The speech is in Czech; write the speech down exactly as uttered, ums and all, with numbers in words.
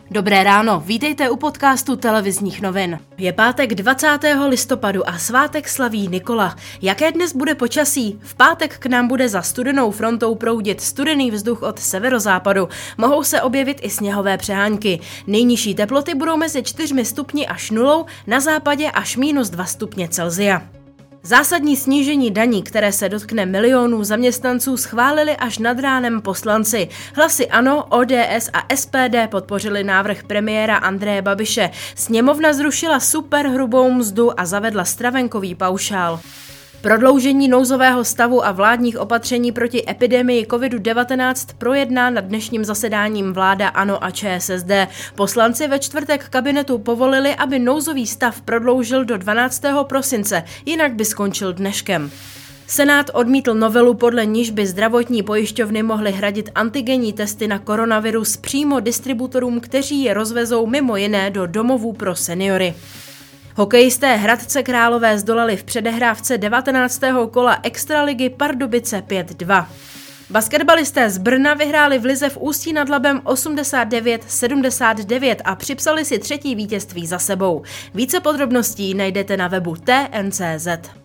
Dobré ráno, vítejte u podcastu televizních novin. Je pátek dvacátého listopadu a svátek slaví Nikola. Jaké dnes bude počasí? V pátek k nám bude za studenou frontou proudit studený vzduch od severozápadu. Mohou se objevit i sněhové přehánky. Nejnižší teploty budou mezi čtyřmi stupni až nulou, na západě až minus dva stupně Celsia. Zásadní snížení daní, které se dotkne milionů zaměstnanců, schválili až nad ránem poslanci. Hlasy ANO, O D S a S P D podpořili návrh premiéra Andreje Babiše. Sněmovna zrušila superhrubou mzdu a zavedla stravenkový paušál. Prodloužení nouzového stavu a vládních opatření proti epidemii covid devatenáct projedná na dnešním zasedáním vláda ANO a Č S S D. Poslanci ve čtvrtek kabinetu povolili, aby nouzový stav prodloužil do dvanáctého prosince, jinak by skončil dneškem. Senát odmítl novelu, podle níž by zdravotní pojišťovny mohly hradit antigenní testy na koronavirus přímo distributorům, kteří je rozvezou mimo jiné do domovů pro seniory. Hokejisté Hradce Králové zdolali v předehrávce devatenáctého kola extraligy Pardubice pět dva. Basketbalisté z Brna vyhráli v lize v Ústí nad Labem osmdesát devět sedmdesát devět a připsali si třetí vítězství za sebou. Více podrobností najdete na webu T N C Z.